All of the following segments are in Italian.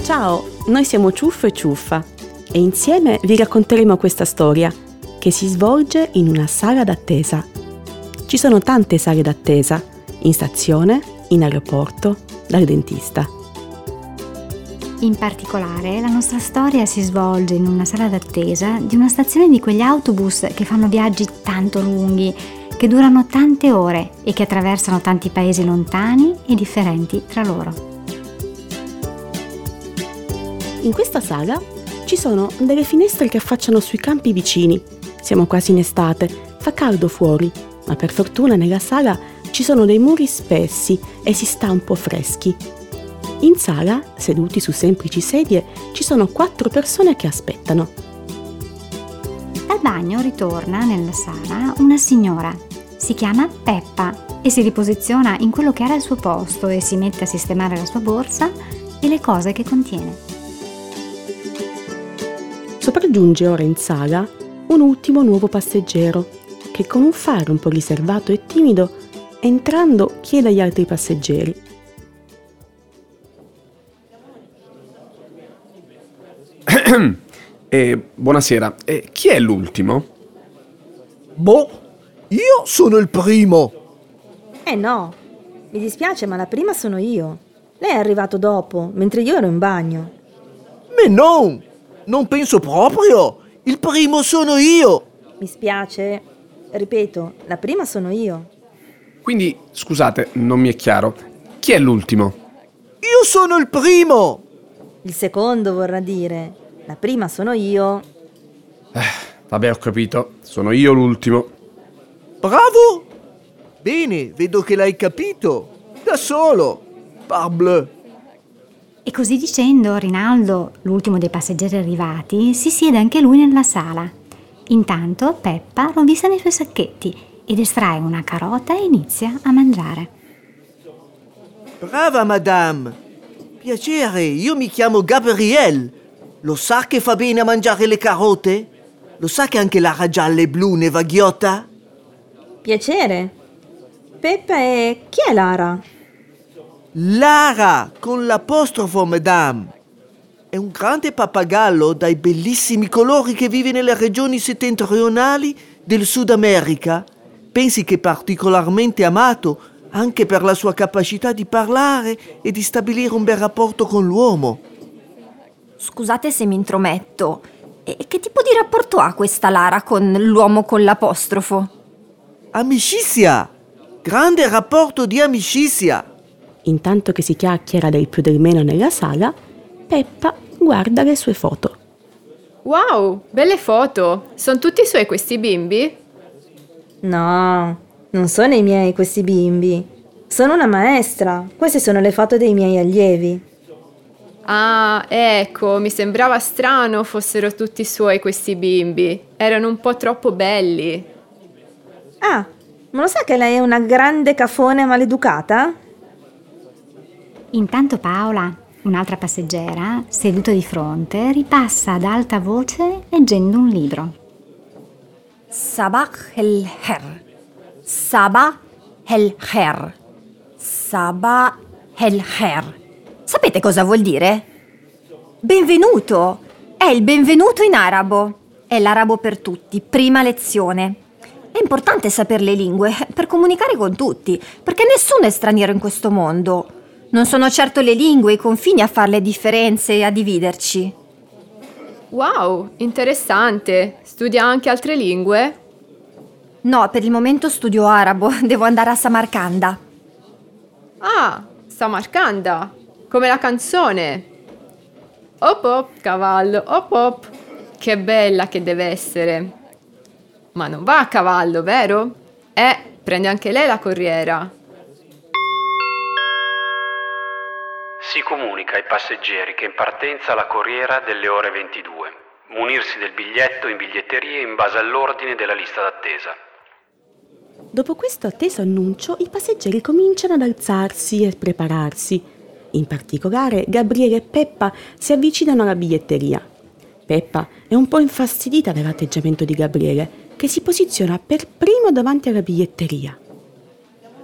Ciao, noi siamo Ciuffo e Ciuffa e insieme vi racconteremo questa storia che si svolge in una sala d'attesa. Ci sono tante sale d'attesa, in stazione, in aeroporto, dal dentista. In particolare, la nostra storia si svolge in una sala d'attesa di una stazione di quegli autobus che fanno viaggi tanto lunghi, che durano tante ore e che attraversano tanti paesi lontani e differenti tra loro. In questa sala ci sono delle finestre che affacciano sui campi vicini. Siamo quasi in estate, fa caldo fuori, ma per fortuna nella sala ci sono dei muri spessi e si sta un po' freschi. In sala, seduti su semplici sedie, ci sono 4 persone che aspettano. Dal bagno ritorna nella sala una signora. Si chiama Peppa e si riposiziona in quello che era il suo posto e si mette a sistemare la sua borsa e le cose che contiene. Sopraggiunge ora in sala un ultimo nuovo passeggero che con un fare un po' riservato e timido, entrando chiede agli altri passeggeri: buonasera, chi è l'ultimo? Boh, io sono il primo. No, mi dispiace ma la prima sono io. Lei è arrivato dopo, mentre io ero in bagno. Ma non penso proprio. Il primo sono io. Mi spiace, ripeto, la prima sono io. Quindi, scusate, non mi è chiaro. Chi è l'ultimo? Io sono il primo. Il secondo vorrà dire, la prima sono io. Vabbè, ho capito. Sono io l'ultimo. Bravo. Bene, vedo che l'hai capito. Da solo. Parbleu. E così dicendo, Rinaldo, l'ultimo dei passeggeri arrivati, si siede anche lui nella sala. Intanto Peppa rovista nei suoi sacchetti ed estrae una carota e inizia a mangiare. Brava, madame. Piacere, io mi chiamo Gabriel. Lo sa che fa bene a mangiare le carote? Lo sa che anche Lara gialla e blu ne va ghiotta? Piacere. Peppa e... chi è Lara? Lara, con l'apostrofo, madame. È un grande pappagallo dai bellissimi colori che vive nelle regioni settentrionali del Sud America. Pensi che è particolarmente amato anche per la sua capacità di parlare e di stabilire un bel rapporto con l'uomo. Scusate se mi intrometto. E che tipo di rapporto ha questa Lara con l'uomo con l'apostrofo? Amicizia! Grande rapporto di amicizia! Intanto che si chiacchiera del più del meno nella sala, Peppa guarda le sue foto. Wow, belle foto! Sono tutti suoi questi bimbi? No, non sono i miei questi bimbi. Sono una maestra. Queste sono le foto dei miei allievi. Ah, ecco, mi sembrava strano fossero tutti suoi questi bimbi. Erano un po' troppo belli. Ah, ma lo sa che lei è una grande cafona maleducata? Intanto Paola, un'altra passeggera, seduta di fronte, ripassa ad alta voce leggendo un libro. Sabah el Khair. Sabah el Khair. Sabah el Khair. Sapete cosa vuol dire? Benvenuto! È il benvenuto in arabo. È l'arabo per tutti, prima lezione. È importante sapere le lingue per comunicare con tutti, perché nessuno è straniero in questo mondo. Non sono certo le lingue e i confini a fare le differenze e a dividerci. Wow, interessante. Studia anche altre lingue? No, per il momento studio arabo. Devo andare a Samarcanda. Ah, Samarcanda. Come la canzone. Op op, cavallo, op op. Che bella che deve essere. Ma non va a cavallo, vero? Prende anche lei la corriera. Si comunica ai passeggeri che in partenza la corriera delle ore 22. Munirsi del biglietto in biglietteria in base all'ordine della lista d'attesa. Dopo questo atteso annuncio, i passeggeri cominciano ad alzarsi e prepararsi. In particolare, Gabriele e Peppa si avvicinano alla biglietteria. Peppa è un po' infastidita dall'atteggiamento di Gabriele, che si posiziona per primo davanti alla biglietteria.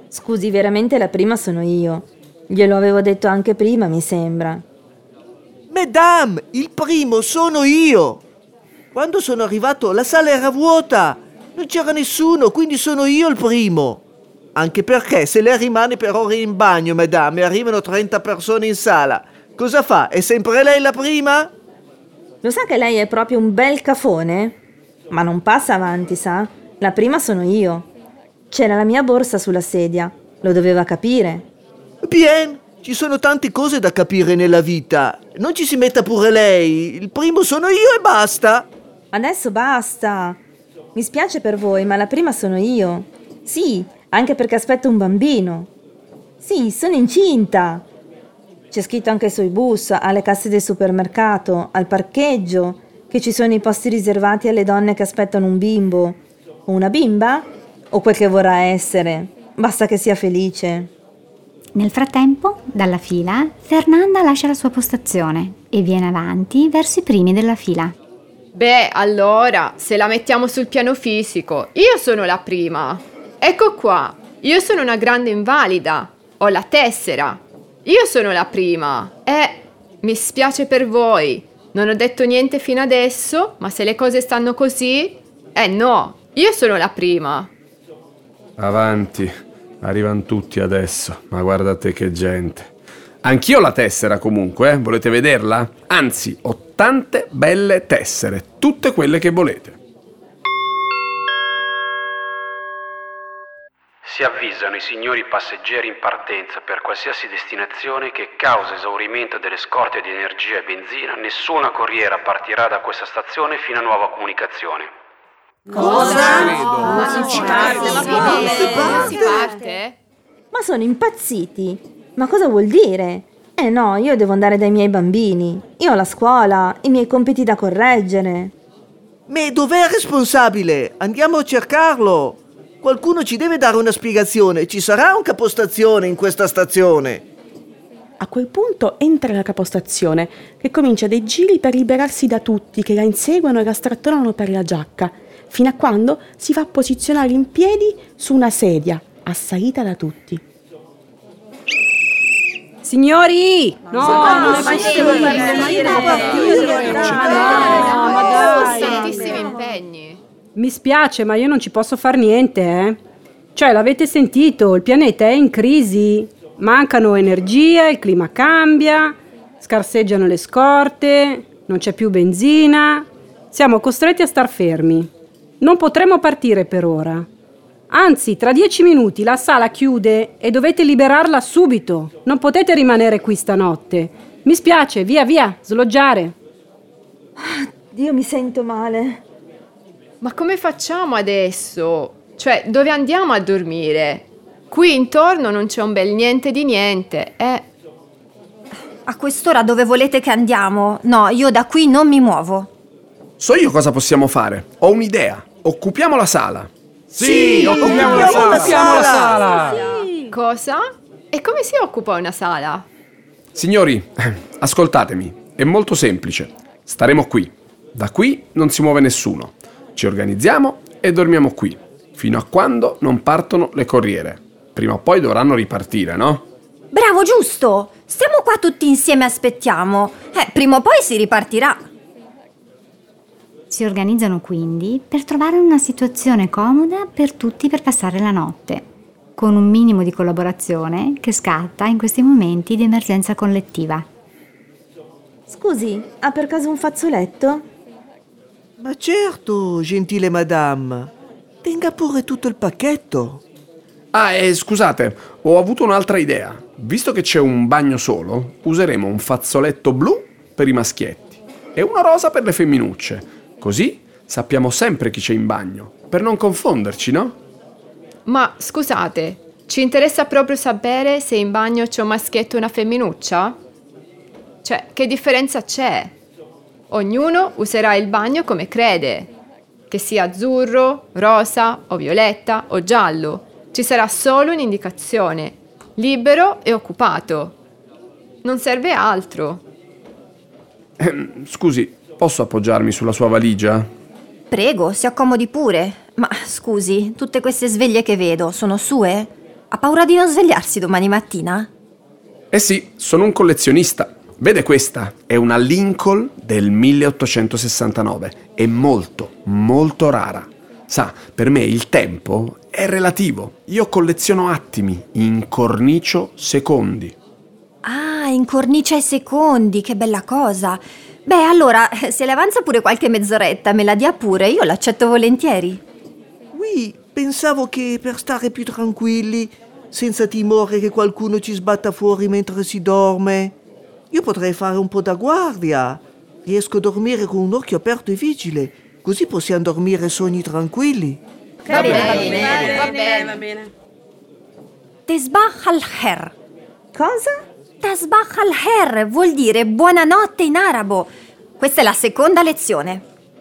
Scusi, veramente la prima sono io. Glielo avevo detto anche prima, mi sembra. Madame, il primo sono io. Quando sono arrivato la sala era vuota. Non c'era nessuno, quindi sono io il primo. Anche perché se lei rimane per ore in bagno, madame, e arrivano 30 persone in sala, cosa fa? È sempre lei la prima? Lo sa che lei è proprio un bel cafone? Ma non passa avanti, sa? La prima sono io. C'era la mia borsa sulla sedia. Lo doveva capire. Bien, ci sono tante cose da capire nella vita. Non ci si metta pure lei. Il primo sono io e basta. Adesso basta. Mi spiace per voi, ma la prima sono io. Sì, anche perché aspetto un bambino. Sì, sono incinta. C'è scritto anche sui bus, alle casse del supermercato, al parcheggio, che ci sono i posti riservati alle donne che aspettano un bimbo. O una bimba? O quel che vorrà essere. Basta che sia felice. Nel frattempo, dalla fila, Fernanda lascia la sua postazione e viene avanti verso i primi della fila. Beh, allora, se la mettiamo sul piano fisico, io sono la prima. Ecco qua, io sono una grande invalida. Ho la tessera. Io sono la prima. Mi spiace per voi. Non ho detto niente fino adesso, ma se le cose stanno così... no, io sono la prima. Avanti, arrivano tutti adesso, ma guardate che gente. Anch'io ho la tessera comunque, volete vederla? Anzi, ho tante belle tessere, tutte quelle che volete. Si avvisano i signori passeggeri in partenza per qualsiasi destinazione che causa esaurimento delle scorte di energia e benzina, nessuna corriera partirà da questa stazione fino a nuova comunicazione. Cosa? Ma non si parte? Ma sono impazziti. Ma cosa vuol dire? No, io devo andare dai miei bambini. Io ho la scuola, i miei compiti da correggere. Ma dov'è il responsabile? Andiamo a cercarlo. Qualcuno ci deve dare una spiegazione. Ci sarà un capostazione in questa stazione. A quel punto entra la capostazione, che comincia dei giri per liberarsi da tutti che la inseguono e la strattonano per la giacca, fino a quando si fa posizionare in piedi su una sedia, assalita da tutti. Signori! Tantissimi impegni. Mi spiace, ma io non ci posso far niente, eh? Cioè, l'avete sentito, il pianeta è in crisi. Mancano energie, il clima cambia, scarseggiano le scorte, non c'è più benzina. Siamo costretti a star fermi. Non potremo partire per ora. Anzi, tra 10 minuti la sala chiude e dovete liberarla subito. Non potete rimanere qui stanotte. Mi spiace, via, sloggiare. Dio, mi sento male. Ma come facciamo adesso? Cioè, dove andiamo a dormire? Qui intorno non c'è un bel niente di niente, A quest'ora dove volete che andiamo? No, io da qui non mi muovo. So io cosa possiamo fare. Ho un'idea. Occupiamo la sala. Sì, occupiamo la sala. Sì. Cosa? E come si occupa una sala? Signori, ascoltatemi. È molto semplice. Staremo qui. Da qui non si muove nessuno. Ci organizziamo e dormiamo qui, fino a quando non partono le corriere. Prima o poi dovranno ripartire, no? Bravo, giusto! Stiamo qua tutti insieme e aspettiamo. Prima o poi si ripartirà. Si organizzano quindi per trovare una situazione comoda per tutti per passare la notte, con un minimo di collaborazione che scatta in questi momenti di emergenza collettiva. Scusi, ha per caso un fazzoletto? Ma certo, gentile madame. Tenga pure tutto il pacchetto. Scusate, ho avuto un'altra idea. Visto che c'è un bagno solo, useremo un fazzoletto blu per i maschietti e uno rosa per le femminucce. Così sappiamo sempre chi c'è in bagno, per non confonderci, no? Ma scusate, ci interessa proprio sapere se in bagno c'è un maschietto e una femminuccia? Cioè, che differenza c'è? Ognuno userà il bagno come crede, che sia azzurro, rosa o violetta o giallo. Ci sarà solo un'indicazione, libero e occupato. Non serve altro. Scusi, posso appoggiarmi sulla sua valigia? Prego, si accomodi pure. Ma scusi, tutte queste sveglie che vedo sono sue? Ha paura di non svegliarsi domani mattina? Eh sì, sono un collezionista. Vede, questa è una Lincoln del 1869. È molto, molto rara. Sa, per me il tempo è relativo. Io colleziono attimi, incornicio secondi. Ah, incornicia i secondi, che bella cosa. Beh, allora, se le avanza pure qualche mezz'oretta, me la dia pure, io l'accetto volentieri. Oui, pensavo che per stare più tranquilli, senza timore che qualcuno ci sbatta fuori mentre si dorme, io potrei fare un po' da guardia. Riesco a dormire con un occhio aperto e vigile, così possiamo dormire sogni tranquilli. Va bene. Tesbah al-Khair. Cosa? Tasbah al-Khair vuol dire buonanotte in arabo. Questa è la seconda lezione.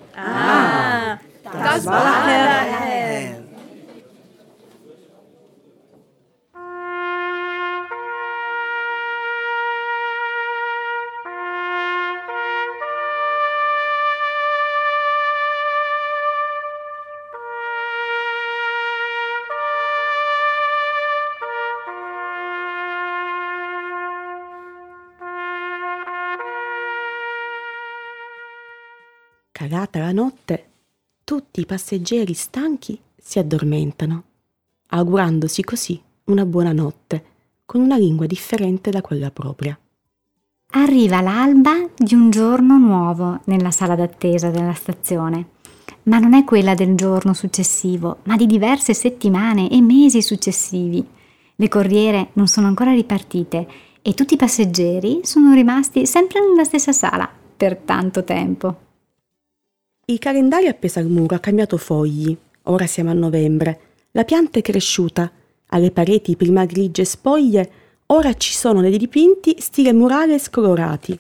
Calata la notte, tutti i passeggeri stanchi si addormentano, augurandosi così una buona notte, con una lingua differente da quella propria. Arriva l'alba di un giorno nuovo nella sala d'attesa della stazione, ma non è quella del giorno successivo, ma di diverse settimane e mesi successivi. Le corriere non sono ancora ripartite e tutti i passeggeri sono rimasti sempre nella stessa sala per tanto tempo. Il calendario appeso al muro ha cambiato fogli, ora siamo a novembre, la pianta è cresciuta, alle pareti prima grigie spoglie, ora ci sono dei dipinti stile murale scolorati.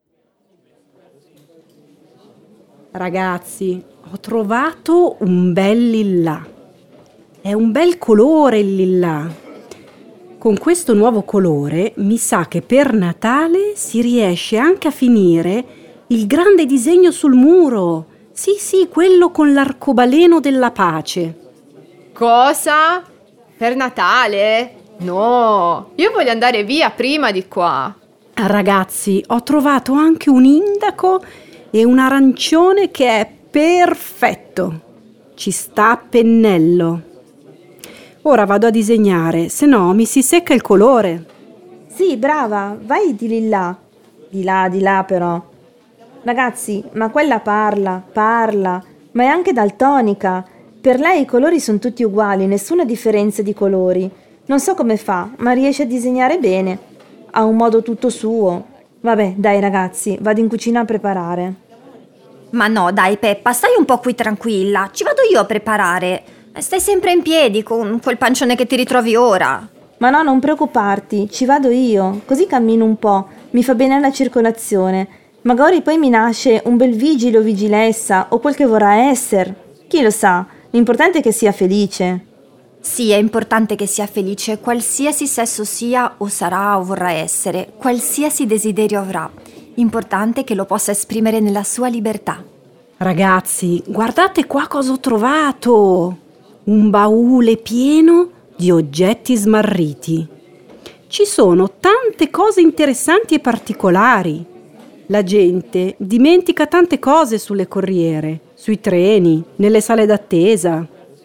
Ragazzi, ho trovato un bel lillà. È un bel colore il lillà. Con questo nuovo colore mi sa che per Natale si riesce anche a finire il grande disegno sul muro. Sì, quello con l'arcobaleno della pace. Cosa? Per Natale? No, io voglio andare via prima di qua. Ragazzi, ho trovato anche un indaco e un arancione che è perfetto. Ci sta a pennello. Ora vado a disegnare, se no mi si secca il colore. Sì, brava, vai di là. Di là però. Ragazzi, ma quella parla, ma è anche daltonica. Per lei i colori sono tutti uguali, nessuna differenza di colori. Non so come fa, ma riesce a disegnare bene. Ha un modo tutto suo. Vabbè, dai ragazzi, vado in cucina a preparare. Ma no, dai Peppa, stai un po' qui tranquilla. Ci vado io a preparare. Stai sempre in piedi con quel pancione che ti ritrovi ora. Ma no, non preoccuparti, ci vado io. Così cammino un po', mi fa bene la circolazione. Magari poi mi nasce un bel vigile o vigilessa o quel che vorrà essere. Chi lo sa, l'importante è che sia felice. Sì, è importante che sia felice, qualsiasi sesso sia o sarà o vorrà essere, qualsiasi desiderio avrà. Importante che lo possa esprimere nella sua libertà. Ragazzi, guardate qua cosa ho trovato! Un baule pieno di oggetti smarriti. Ci sono tante cose interessanti e particolari. La gente dimentica tante cose sulle corriere, sui treni, nelle sale d'attesa.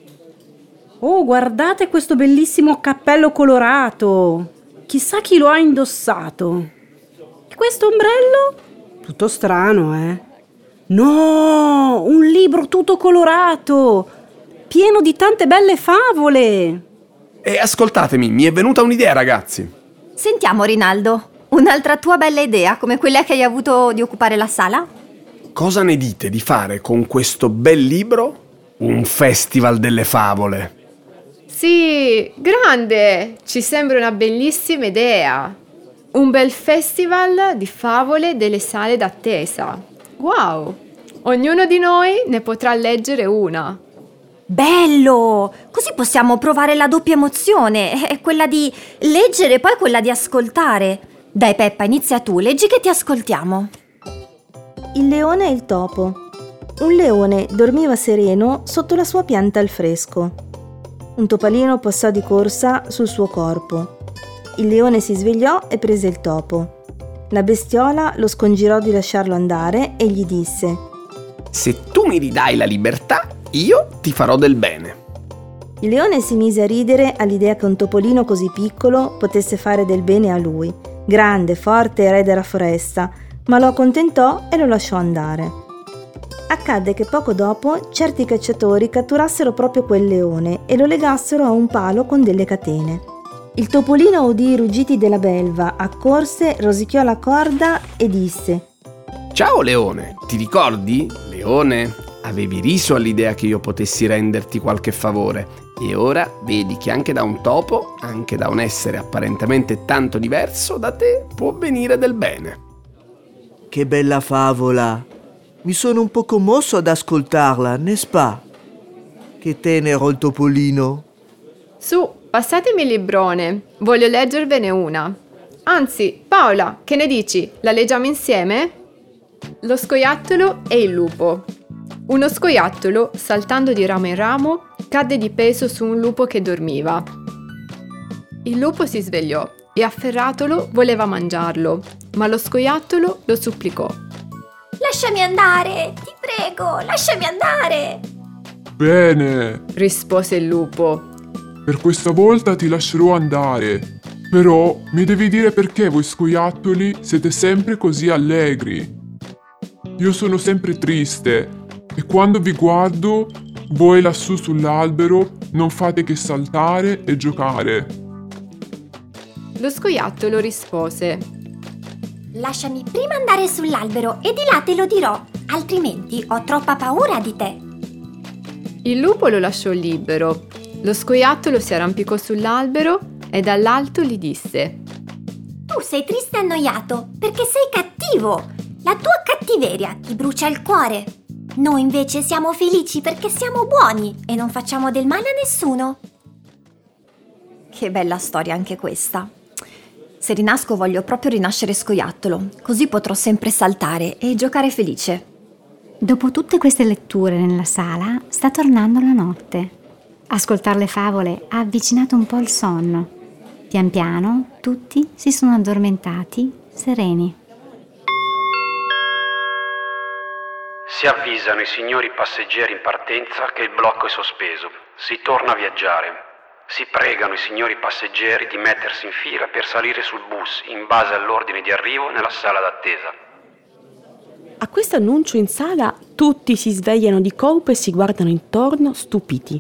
Oh, guardate questo bellissimo cappello colorato! Chissà chi lo ha indossato. E questo ombrello? Tutto strano, eh? No, un libro tutto colorato, pieno di tante belle favole. E ascoltatemi, mi è venuta un'idea, ragazzi. Sentiamo, Rinaldo, un'altra tua bella idea, come quella che hai avuto di occupare la sala? Cosa ne dite di fare con questo bel libro un festival delle favole? Sì, grande! Ci sembra una bellissima idea. Un bel festival di favole delle sale d'attesa. Wow! Ognuno di noi ne potrà leggere una. Bello! Così possiamo provare la doppia emozione, quella di leggere e poi quella di ascoltare. Dai Peppa, inizia tu, leggi che ti ascoltiamo. Il leone e il topo. Un leone dormiva sereno sotto la sua pianta al fresco. Un topalino passò di corsa sul suo corpo. Il leone si svegliò e prese il topo. La bestiola lo scongirò di lasciarlo andare e gli disse: Se tu mi ridai la libertà, io ti farò del bene. Il leone si mise a ridere all'idea che un topolino così piccolo potesse fare del bene a lui, grande, forte e re della foresta, ma lo accontentò e lo lasciò andare. Accadde che poco dopo certi cacciatori catturassero proprio quel leone e lo legassero a un palo con delle catene. Il topolino udì i ruggiti della belva, accorse, rosicchiò la corda e disse: Ciao leone, ti ricordi? Leone, avevi riso all'idea che io potessi renderti qualche favore e ora vedi che anche da un topo, anche da un essere apparentemente tanto diverso da te, può venire del bene. Che bella favola! Mi sono un po' commosso ad ascoltarla, n'est-ce pas? Che tenero il topolino. Su, passatemi il librone, voglio leggervene una. Anzi, Paola, che ne dici? La leggiamo insieme? Lo scoiattolo e il lupo. Uno scoiattolo, saltando di ramo in ramo, cadde di peso su un lupo che dormiva. Il lupo si svegliò e afferratolo voleva mangiarlo, ma lo scoiattolo lo supplicò. Lasciami andare, ti prego, lasciami andare. Bene, Rispose il lupo. per questa volta ti lascerò andare. Però mi devi dire perché voi scoiattoli siete sempre così allegri. Io sono sempre triste e quando vi guardo, voi lassù sull'albero non fate che saltare e giocare. Lo scoiattolo rispose: Lasciami prima andare sull'albero e di là te lo dirò, altrimenti ho troppa paura di te. Il lupo lo lasciò libero. Lo scoiattolo si arrampicò sull'albero e dall'alto gli disse: Tu sei triste e annoiato perché sei cattivo. La tua cattiveria ti brucia il cuore. Noi invece siamo felici perché siamo buoni e non facciamo del male a nessuno. Che bella storia anche questa. Se rinasco voglio proprio rinascere scoiattolo, così potrò sempre saltare e giocare felice. Dopo tutte queste letture nella sala, sta tornando la notte. Ascoltar le favole ha avvicinato un po' il sonno. Pian piano tutti si sono addormentati, sereni. Si avvisano i signori passeggeri in partenza che il blocco è sospeso. Si torna a viaggiare. Si pregano i signori passeggeri di mettersi in fila per salire sul bus in base all'ordine di arrivo nella sala d'attesa. A questo annuncio in sala tutti si svegliano di colpo e si guardano intorno stupiti.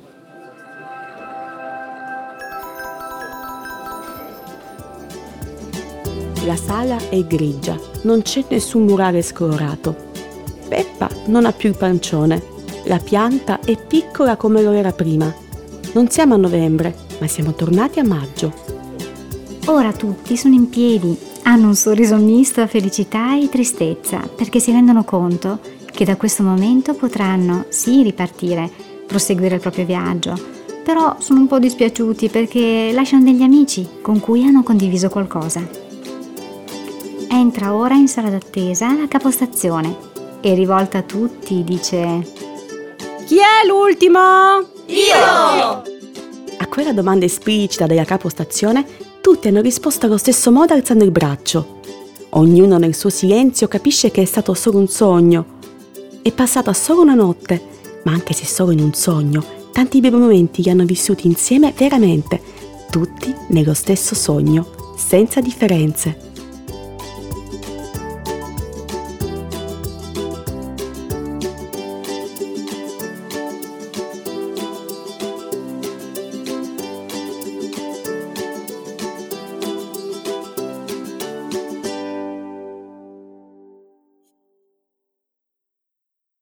La sala è grigia, non c'è nessun murale scolorato. Peppa non ha più il pancione, la pianta è piccola come lo era prima. Non siamo a novembre, ma siamo tornati a maggio. Ora tutti sono in piedi, hanno un sorriso misto a felicità e tristezza, perché si rendono conto che da questo momento potranno sì ripartire, proseguire il proprio viaggio, però sono un po' dispiaciuti perché lasciano degli amici con cui hanno condiviso qualcosa. Entra ora in sala d'attesa la capostazione e rivolta a tutti dice: Chi è l'ultimo? A quella domanda esplicita della capostazione, tutti hanno risposto allo stesso modo alzando il braccio. Ognuno nel suo silenzio capisce che è stato solo un sogno. È passata solo una notte, ma anche se solo in un sogno, tanti bei momenti li hanno vissuti insieme veramente, tutti nello stesso sogno, senza differenze.